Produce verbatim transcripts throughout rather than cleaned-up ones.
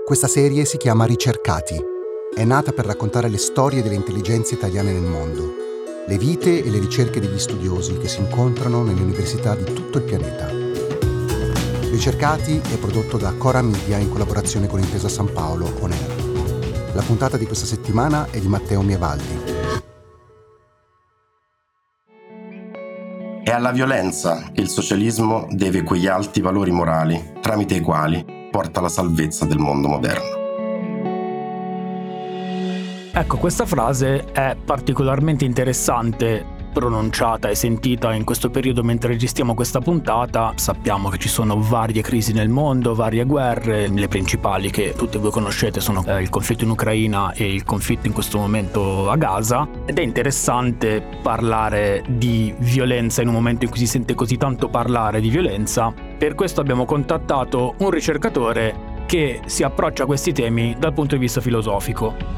Questa serie si chiama Ricercati. È nata per raccontare le storie delle intelligenze italiane nel mondo, le vite e le ricerche degli studiosi che si incontrano nelle università di tutto il pianeta. Ricercati è prodotto da Cora Media in collaborazione con Intesa San Paolo On Air. La puntata di questa settimana è di Matteo Mievaldi. È alla violenza che il socialismo deve quegli alti valori morali, tramite i quali porta la salvezza del mondo moderno. Ecco, questa frase è particolarmente interessante, pronunciata e sentita in questo periodo mentre registriamo questa puntata. Sappiamo che ci sono varie crisi nel mondo, varie guerre, le principali che tutti voi conoscete sono eh, il conflitto in Ucraina e il conflitto in questo momento a Gaza, ed è interessante parlare di violenza in un momento in cui si sente così tanto parlare di violenza. Per questo abbiamo contattato un ricercatore che si approccia a questi temi dal punto di vista filosofico.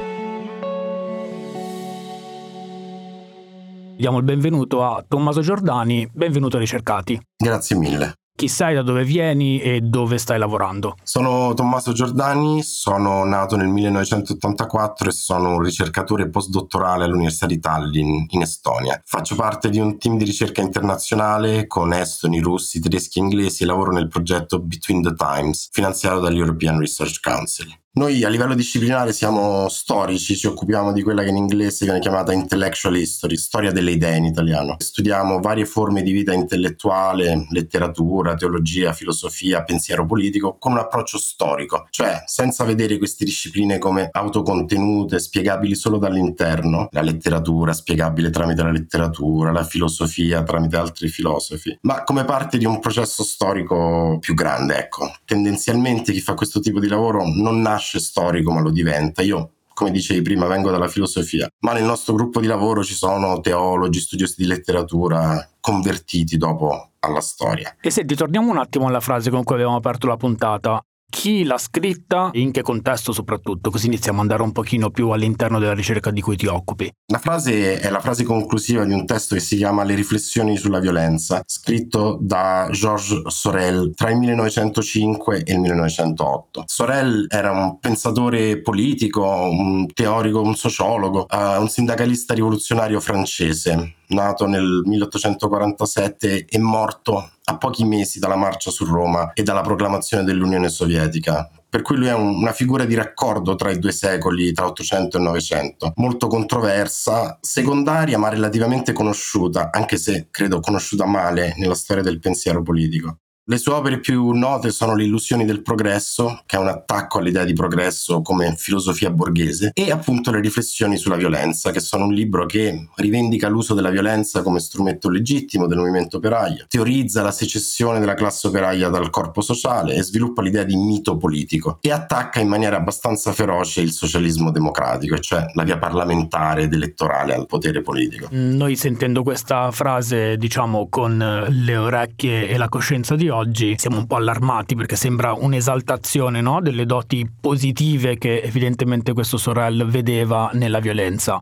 Diamo il benvenuto a Tommaso Giordani, benvenuto a Ricercati. Grazie mille. Chi sei, da dove vieni e dove stai lavorando? Sono Tommaso Giordani, sono nato nel millenovecentottantaquattro e sono un ricercatore postdottorale all'Università di Tallinn in Estonia. Faccio parte di un team di ricerca internazionale con estoni, russi, tedeschi e inglesi e lavoro nel progetto Between the Times, finanziato dall'European Research Council. Noi a livello disciplinare siamo storici, ci occupiamo di quella che in inglese viene chiamata intellectual history, storia delle idee in italiano. Studiamo varie forme di vita intellettuale, letteratura, teologia, filosofia, pensiero politico, con un approccio storico, cioè senza vedere queste discipline come autocontenute, spiegabili solo dall'interno, la letteratura spiegabile tramite la letteratura, la filosofia tramite altri filosofi, ma come parte di un processo storico più grande, ecco. Tendenzialmente chi fa questo tipo di lavoro non nasce storico ma lo diventa. Io, come dicevi prima, vengo dalla filosofia, ma nel nostro gruppo di lavoro ci sono teologi, studiosi di letteratura convertiti dopo alla storia. E senti, torniamo un attimo alla frase con cui abbiamo aperto la puntata. Chi l'ha scritta e in che contesto soprattutto, così iniziamo ad andare un pochino più all'interno della ricerca di cui ti occupi. La frase è la frase conclusiva di un testo che si chiama Le riflessioni sulla violenza, scritto da Georges Sorel tra il millenovecentocinque e il millenovecentootto. Sorel era un pensatore politico, un teorico, un sociologo, uh, un sindacalista rivoluzionario francese, nato nel milleottocentoquarantasette e morto a pochi mesi dalla marcia su Roma e dalla proclamazione dell'Unione Sovietica. Per cui lui è un, una figura di raccordo tra i due secoli, tra Ottocento e Novecento, molto controversa, secondaria ma relativamente conosciuta, anche se credo conosciuta male nella storia del pensiero politico. Le sue opere più note sono Le illusioni del progresso, che è un attacco all'idea di progresso come filosofia borghese, e appunto Le riflessioni sulla violenza, che sono un libro che rivendica l'uso della violenza come strumento legittimo del movimento operaio, teorizza la secessione della classe operaia dal corpo sociale e sviluppa l'idea di mito politico, e attacca in maniera abbastanza feroce il socialismo democratico, cioè la via parlamentare ed elettorale al potere politico. Noi, sentendo questa frase, diciamo, con le orecchie e la coscienza di oggi, siamo un po' allarmati perché sembra un'esaltazione, no? Delle doti positive che evidentemente questo Sorel vedeva nella violenza.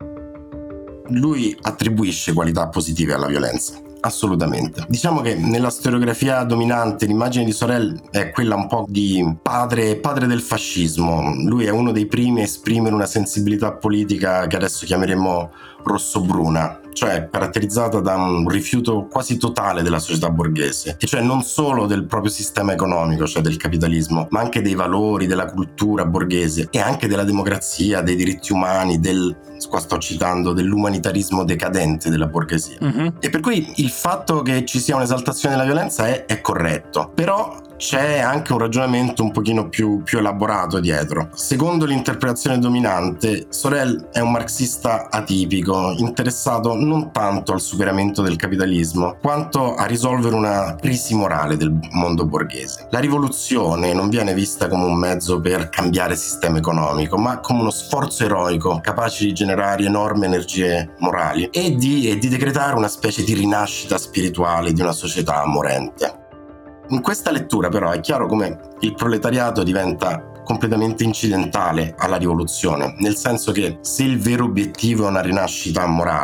Lui attribuisce qualità positive alla violenza. Assolutamente. Diciamo che nella storiografia dominante l'immagine di Sorel è quella un po' di padre, padre del fascismo. Lui è uno dei primi a esprimere una sensibilità politica che adesso chiameremo rossobruna, cioè caratterizzata da un rifiuto quasi totale della società borghese, e cioè non solo del proprio sistema economico, cioè del capitalismo, ma anche dei valori, della cultura borghese e anche della democrazia, dei diritti umani, del, qua sto citando, dell'umanitarismo decadente della borghesia. Mm-hmm. E per cui il fatto che ci sia un'esaltazione della violenza è, è corretto, però c'è anche un ragionamento un pochino più, più elaborato dietro. Secondo l'interpretazione dominante, Sorel è un marxista atipico, interessato non tanto al superamento del capitalismo, quanto a risolvere una crisi morale del mondo borghese. La rivoluzione non viene vista come un mezzo per cambiare il sistema economico, ma come uno sforzo eroico capace di generare enormi energie morali e di, e di decretare una specie di rinascita spirituale di una società morente. In questa lettura però è chiaro come il proletariato diventa completamente incidentale alla rivoluzione, nel senso che se il vero obiettivo è una rinascita morale,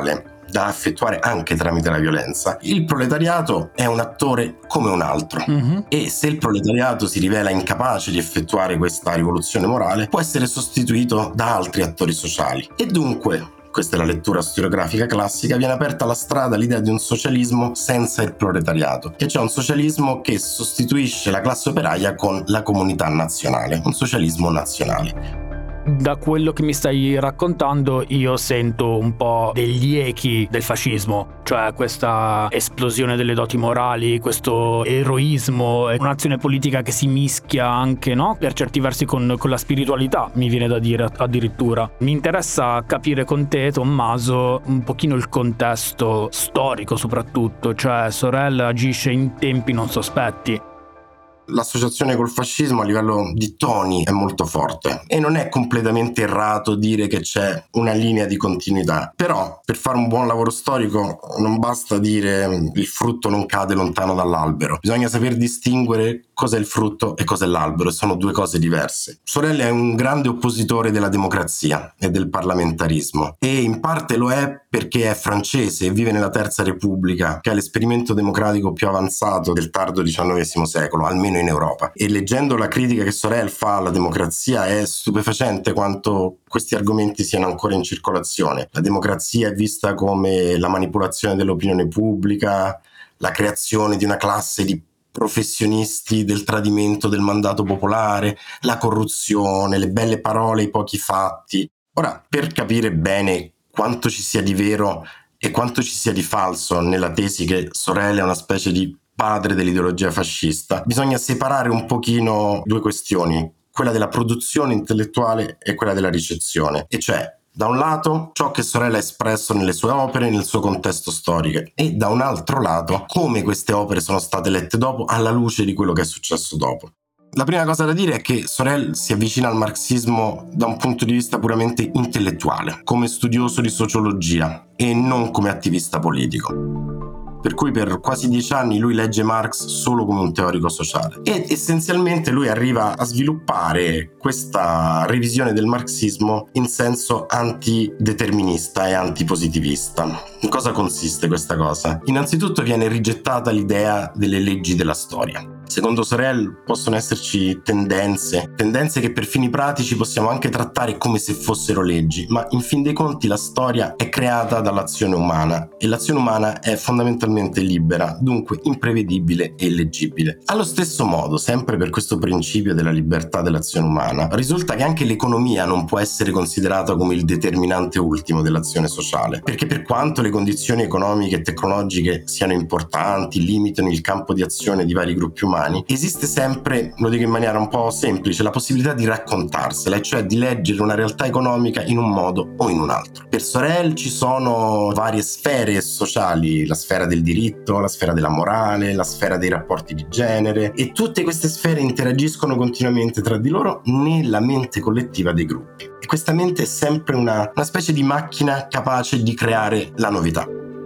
da effettuare anche tramite la violenza, il proletariato è un attore come un altro. Mm-hmm. E se il proletariato si rivela incapace di effettuare questa rivoluzione morale, può essere sostituito da altri attori sociali. E dunque, questa è la lettura storiografica classica, viene aperta la strada all'idea di un socialismo senza il proletariato, e cioè un socialismo che sostituisce la classe operaia con la comunità nazionale, un socialismo nazionale. Da quello che mi stai raccontando io sento un po' degli echi del fascismo, cioè questa esplosione delle doti morali, questo eroismo, un'azione politica che si mischia anche, no? Per certi versi con, con la spiritualità, mi viene da dire addirittura. Mi interessa capire con te, Tommaso, un pochino il contesto storico soprattutto, cioè Sorel agisce in tempi non sospetti. L'associazione col fascismo a livello di toni è molto forte e non è completamente errato dire che c'è una linea di continuità, però per fare un buon lavoro storico non basta dire il frutto non cade lontano dall'albero, bisogna saper distinguere cos'è il frutto e cos'è l'albero, sono due cose diverse. Sorel è un grande oppositore della democrazia e del parlamentarismo, e in parte lo è perché è francese e vive nella Terza Repubblica, che è l'esperimento democratico più avanzato del tardo diciannovesimo secolo, almeno in Europa. E leggendo la critica che Sorel fa alla democrazia è stupefacente quanto questi argomenti siano ancora in circolazione. La democrazia è vista come la manipolazione dell'opinione pubblica, la creazione di una classe di professionisti del tradimento del mandato popolare, la corruzione, le belle parole, i pochi fatti. Ora, per capire bene quanto ci sia di vero e quanto ci sia di falso nella tesi che Sorel è una specie di padre dell'ideologia fascista, bisogna separare un pochino due questioni, quella della produzione intellettuale e quella della ricezione, e cioè da un lato ciò che Sorel ha espresso nelle sue opere, nel suo contesto storico, e da un altro lato come queste opere sono state lette dopo alla luce di quello che è successo dopo. La prima cosa da dire è che Sorel si avvicina al marxismo da un punto di vista puramente intellettuale, come studioso di sociologia e non come attivista politico. Per cui per quasi dieci anni lui legge Marx solo come un teorico sociale e essenzialmente lui arriva a sviluppare questa revisione del marxismo in senso antideterminista e antipositivista. In cosa consiste questa cosa? Innanzitutto viene rigettata l'idea delle leggi della storia. Secondo Sorel possono esserci tendenze, tendenze che per fini pratici possiamo anche trattare come se fossero leggi, ma in fin dei conti la storia è creata dall'azione umana e l'azione umana è fondamentalmente libera, dunque imprevedibile e illeggibile. Allo stesso modo, sempre per questo principio della libertà dell'azione umana, risulta che anche l'economia non può essere considerata come il determinante ultimo dell'azione sociale, perché per quanto le condizioni economiche e tecnologiche siano importanti, limitano il campo di azione di vari gruppi umani, esiste sempre, lo dico in maniera un po' semplice, la possibilità di raccontarsela, e cioè di leggere una realtà economica in un modo o in un altro. Per Sorel ci sono varie sfere sociali, la sfera del diritto, la sfera della morale, la sfera dei rapporti di genere, e tutte queste sfere interagiscono continuamente tra di loro nella mente collettiva dei gruppi. E questa mente è sempre una, una specie di macchina capace di creare la novità.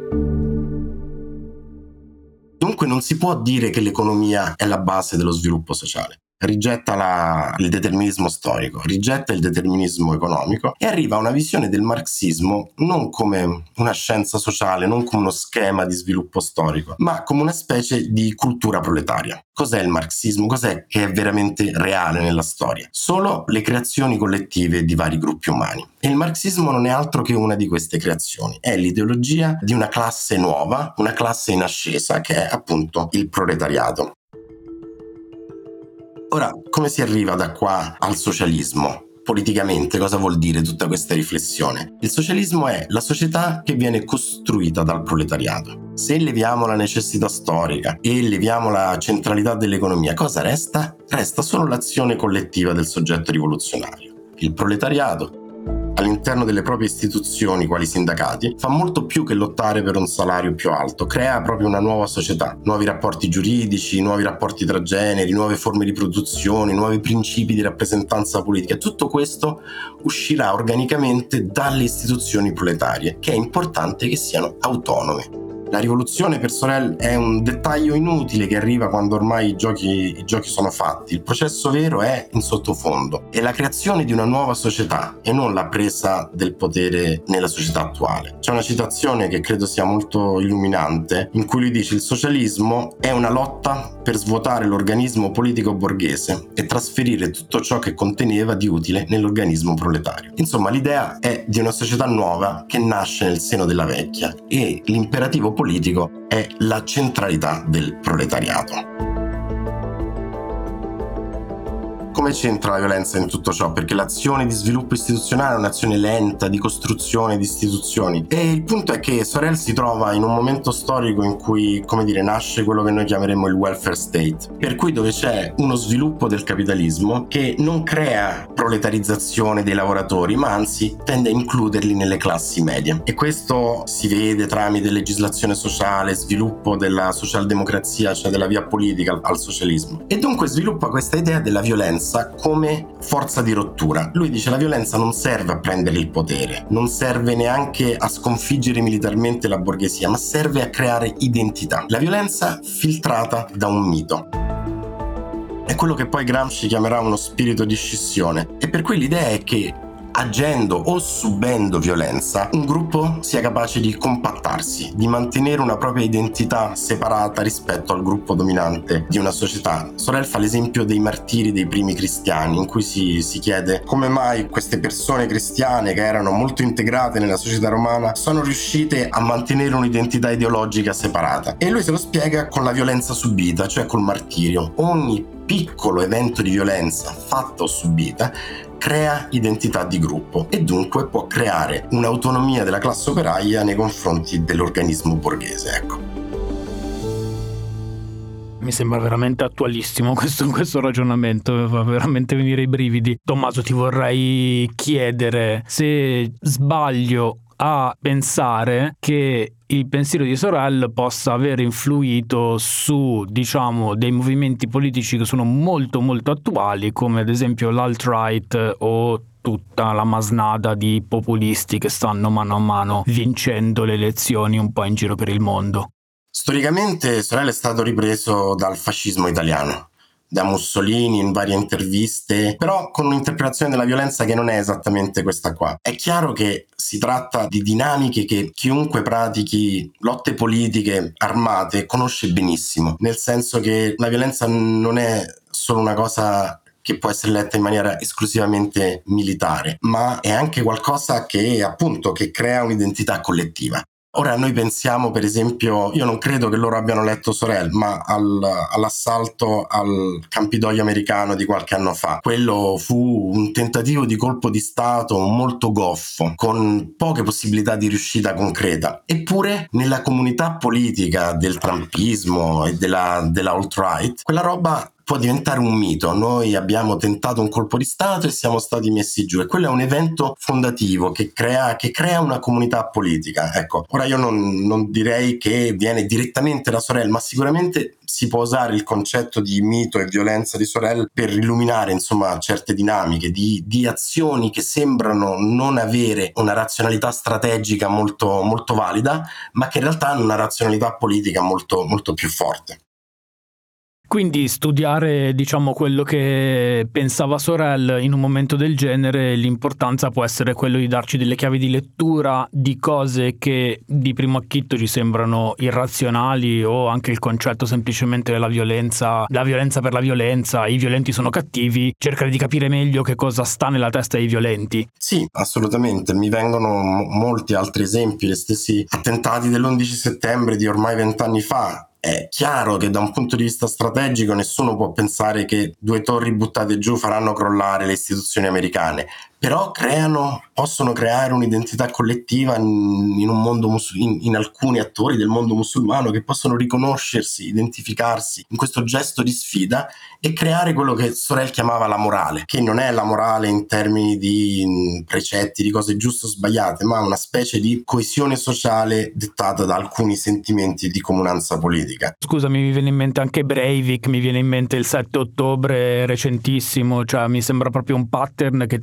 Dunque non si può dire che l'economia è la base dello sviluppo sociale. Rigetta la, il determinismo storico, rigetta il determinismo economico e arriva a una visione del marxismo non come una scienza sociale, non come uno schema di sviluppo storico, ma come una specie di cultura proletaria. Cos'è il marxismo? Cos'è che è veramente reale nella storia? Solo le creazioni collettive di vari gruppi umani. E il marxismo non è altro che una di queste creazioni. È l'ideologia di una classe nuova, una classe in ascesa, che è appunto il proletariato. Ora, come si arriva da qua al socialismo? Politicamente cosa vuol dire tutta questa riflessione? Il socialismo è la società che viene costruita dal proletariato. Se leviamo la necessità storica e leviamo la centralità dell'economia, cosa resta? Resta solo l'azione collettiva del soggetto rivoluzionario. Il proletariato, all'interno delle proprie istituzioni quali sindacati, fa molto più che lottare per un salario più alto, crea proprio una nuova società, nuovi rapporti giuridici, nuovi rapporti tra generi, nuove forme di produzione, nuovi principi di rappresentanza politica. Tutto questo uscirà organicamente dalle istituzioni proletarie, che è importante che siano autonome. La rivoluzione per Sorel è un dettaglio inutile che arriva quando ormai i giochi, i giochi sono fatti. Il processo vero è in sottofondo, è la creazione di una nuova società e non la presa del potere nella società attuale. C'è una citazione che credo sia molto illuminante, in cui lui dice: il socialismo è una lotta per svuotare l'organismo politico borghese e trasferire tutto ciò che conteneva di utile nell'organismo proletario. Insomma, l'idea è di una società nuova che nasce nel seno della vecchia e l'imperativo politico è la centralità del proletariato. Come c'entra la violenza in tutto ciò? Perché l'azione di sviluppo istituzionale è un'azione lenta, di costruzione di istituzioni. E il punto è che Sorel si trova in un momento storico in cui, come dire, nasce quello che noi chiameremo il welfare state, per cui dove c'è uno sviluppo del capitalismo che non crea proletarizzazione dei lavoratori, ma anzi tende a includerli nelle classi medie. E questo si vede tramite legislazione sociale, sviluppo della socialdemocrazia, cioè della via politica al socialismo. E dunque sviluppa questa idea della violenza come forza di rottura. Lui dice: la violenza non serve a prendere il potere, non serve neanche a sconfiggere militarmente la borghesia, ma serve a creare identità. La violenza filtrata da un mito. È quello che poi Gramsci chiamerà uno spirito di scissione, e per cui l'idea è che agendo o subendo violenza, un gruppo sia capace di compattarsi, di mantenere una propria identità separata rispetto al gruppo dominante di una società. Sorel fa l'esempio dei martiri dei primi cristiani, in cui si, si chiede come mai queste persone cristiane, che erano molto integrate nella società romana, sono riuscite a mantenere un'identità ideologica separata. E lui se lo spiega con la violenza subita, cioè col martirio. Ogni piccolo evento di violenza fatta o subita crea identità di gruppo e dunque può creare un'autonomia della classe operaia nei confronti dell'organismo borghese, ecco. Mi sembra veramente attualissimo questo, questo ragionamento, mi fa veramente venire i brividi. Tommaso, ti vorrei chiedere se sbaglio a pensare che il pensiero di Sorel possa aver influito su, diciamo, dei movimenti politici che sono molto molto attuali, come ad esempio l'alt-right o tutta la masnada di populisti che stanno mano a mano vincendo le elezioni un po' in giro per il mondo. Storicamente Sorel è stato ripreso dal fascismo italiano, da Mussolini in varie interviste, però con un'interpretazione della violenza che non è esattamente questa qua. È chiaro che si tratta di dinamiche che chiunque pratichi lotte politiche armate conosce benissimo, nel senso che la violenza non è solo una cosa che può essere letta in maniera esclusivamente militare, ma è anche qualcosa che appunto che crea un'identità collettiva. Ora noi pensiamo, per esempio, io non credo che loro abbiano letto Sorel, ma al, all'assalto al Campidoglio americano di qualche anno fa. Quello fu un tentativo di colpo di Stato molto goffo, con poche possibilità di riuscita concreta. Eppure nella comunità politica del trumpismo e della, della alt-right, quella roba può diventare un mito. Noi abbiamo tentato un colpo di Stato e siamo stati messi giù, e quello è un evento fondativo che crea, che crea una comunità politica. Ecco, ora io non, non direi che viene direttamente da Sorel, ma sicuramente si può usare il concetto di mito e violenza di Sorel per illuminare, insomma, certe dinamiche di, di azioni che sembrano non avere una razionalità strategica molto, molto valida, ma che in realtà hanno una razionalità politica molto, molto più forte. Quindi studiare, diciamo, quello che pensava Sorel in un momento del genere, l'importanza può essere quello di darci delle chiavi di lettura di cose che di primo acchito ci sembrano irrazionali, o anche il concetto semplicemente della violenza, la violenza per la violenza, i violenti sono cattivi, cercare di capire meglio che cosa sta nella testa dei violenti. Sì, assolutamente, mi vengono m- molti altri esempi, gli stessi attentati dell'undici settembre di ormai vent'anni fa. È chiaro che da un punto di vista strategico nessuno può pensare che due torri buttate giù faranno crollare le istituzioni americane, però creano, possono creare un'identità collettiva in, in un mondo mus- in, in alcuni attori del mondo musulmano che possono riconoscersi, identificarsi in questo gesto di sfida e creare quello che Sorel chiamava la morale, che non è la morale in termini di mh, precetti, di cose giuste o sbagliate, ma una specie di coesione sociale dettata da alcuni sentimenti di comunanza politica. Scusami, mi viene in mente anche Breivik, mi viene in mente il sette ottobre recentissimo, cioè mi sembra proprio un pattern che tende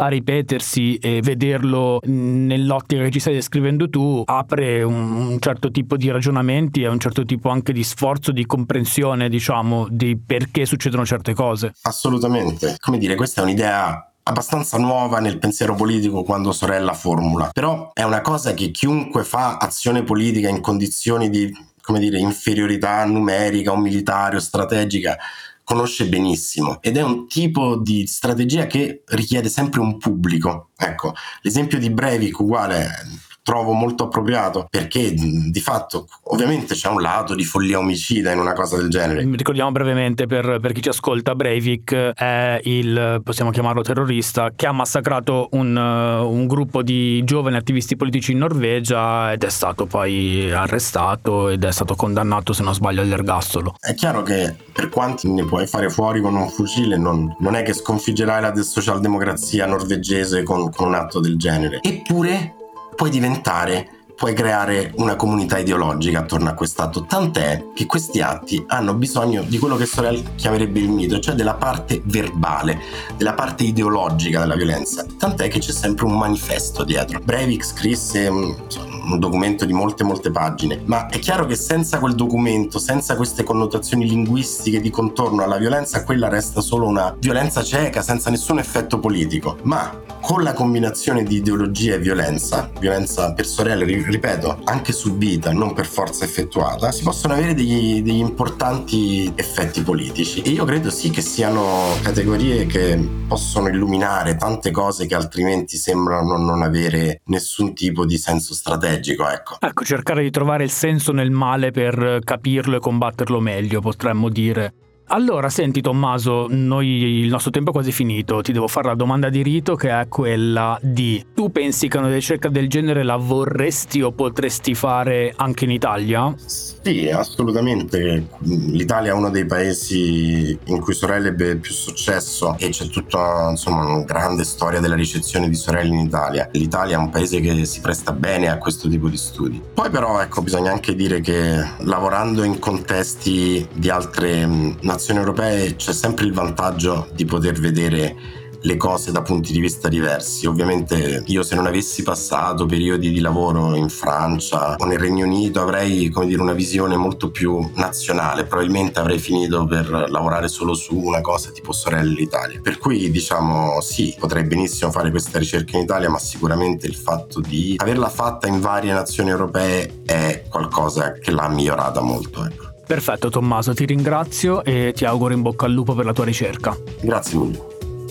a ripetersi e vederlo nell'ottica che ci stai descrivendo tu apre un, un certo tipo di ragionamenti e un certo tipo anche di sforzo di comprensione, diciamo, di perché succedono certe cose. Assolutamente. Come dire, questa è un'idea abbastanza nuova nel pensiero politico quando Sorel formula, però è una cosa che chiunque fa azione politica in condizioni di, come dire, inferiorità numerica o militare o strategica conosce benissimo, ed è un tipo di strategia che richiede sempre un pubblico. Ecco, l'esempio di Breivik uguale trovo molto appropriato, perché di fatto ovviamente c'è un lato di follia omicida in una cosa del genere. Ricordiamo brevemente per, per chi ci ascolta, Breivik è il, possiamo chiamarlo terrorista, che ha massacrato un, un gruppo di giovani attivisti politici in Norvegia ed è stato poi arrestato ed è stato condannato, se non sbaglio, all'ergastolo. È chiaro che per quanti ne puoi fare fuori con un fucile, non, non è che sconfiggerai la socialdemocrazia norvegese con, con un atto del genere. Eppure puoi diventare, puoi creare una comunità ideologica attorno a quest'atto, tant'è che questi atti hanno bisogno di quello che Sorel chiamerebbe il mito, cioè della parte verbale, della parte ideologica della violenza, tant'è che c'è sempre un manifesto dietro. Breivik scrisse un, un documento di molte molte pagine, ma è chiaro che senza quel documento, senza queste connotazioni linguistiche di contorno alla violenza, quella resta solo una violenza cieca, senza nessun effetto politico. Ma con la combinazione di ideologia e violenza, violenza per Sorel, ripeto, anche subita, non per forza effettuata, si possono avere degli, degli importanti effetti politici, e io credo sì che siano categorie che possono illuminare tante cose che altrimenti sembrano non avere nessun tipo di senso strategico. Ecco, ecco cercare di trovare il senso nel male per capirlo e combatterlo meglio, potremmo dire. Allora, senti Tommaso, noi il nostro tempo è quasi finito, ti devo fare la domanda di rito, che è quella di: tu pensi che una ricerca del genere la vorresti o potresti fare anche in Italia? Sì, assolutamente. L'Italia è uno dei paesi in cui Sorel ebbe più successo e c'è tutta, insomma, una grande storia della ricezione di Sorel in Italia. L'Italia è un paese che si presta bene a questo tipo di studi. Poi però, ecco, bisogna anche dire che lavorando in contesti di altre nazioni europee c'è sempre il vantaggio di poter vedere le cose da punti di vista diversi. Ovviamente io, se non avessi passato periodi di lavoro in Francia o nel Regno Unito, avrei, come dire, una visione molto più nazionale, probabilmente avrei finito per lavorare solo su una cosa tipo Sorel Italia. Per cui, diciamo, sì, potrei benissimo fare questa ricerca in Italia, ma sicuramente il fatto di averla fatta in varie nazioni europee è qualcosa che l'ha migliorata molto, ecco. Perfetto Tommaso, ti ringrazio e ti auguro in bocca al lupo per la tua ricerca. Grazie mille.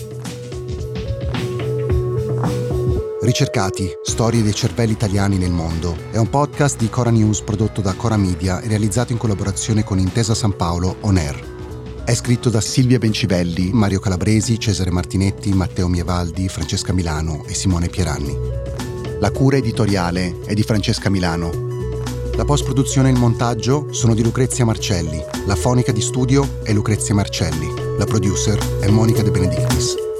Ricercati, storie dei cervelli italiani nel mondo è un podcast di Cora News prodotto da Cora Media e realizzato in collaborazione con Intesa San Paolo On Air. È scritto da Silvia Bencivelli, Mario Calabresi, Cesare Martinetti, Matteo Mievaldi, Francesca Milano e Simone Pieranni. La cura editoriale è di Francesca Milano. La post-produzione e il montaggio sono di Lucrezia Marcelli. La fonica di studio è Lucrezia Marcelli. La producer è Monica De Benedictis.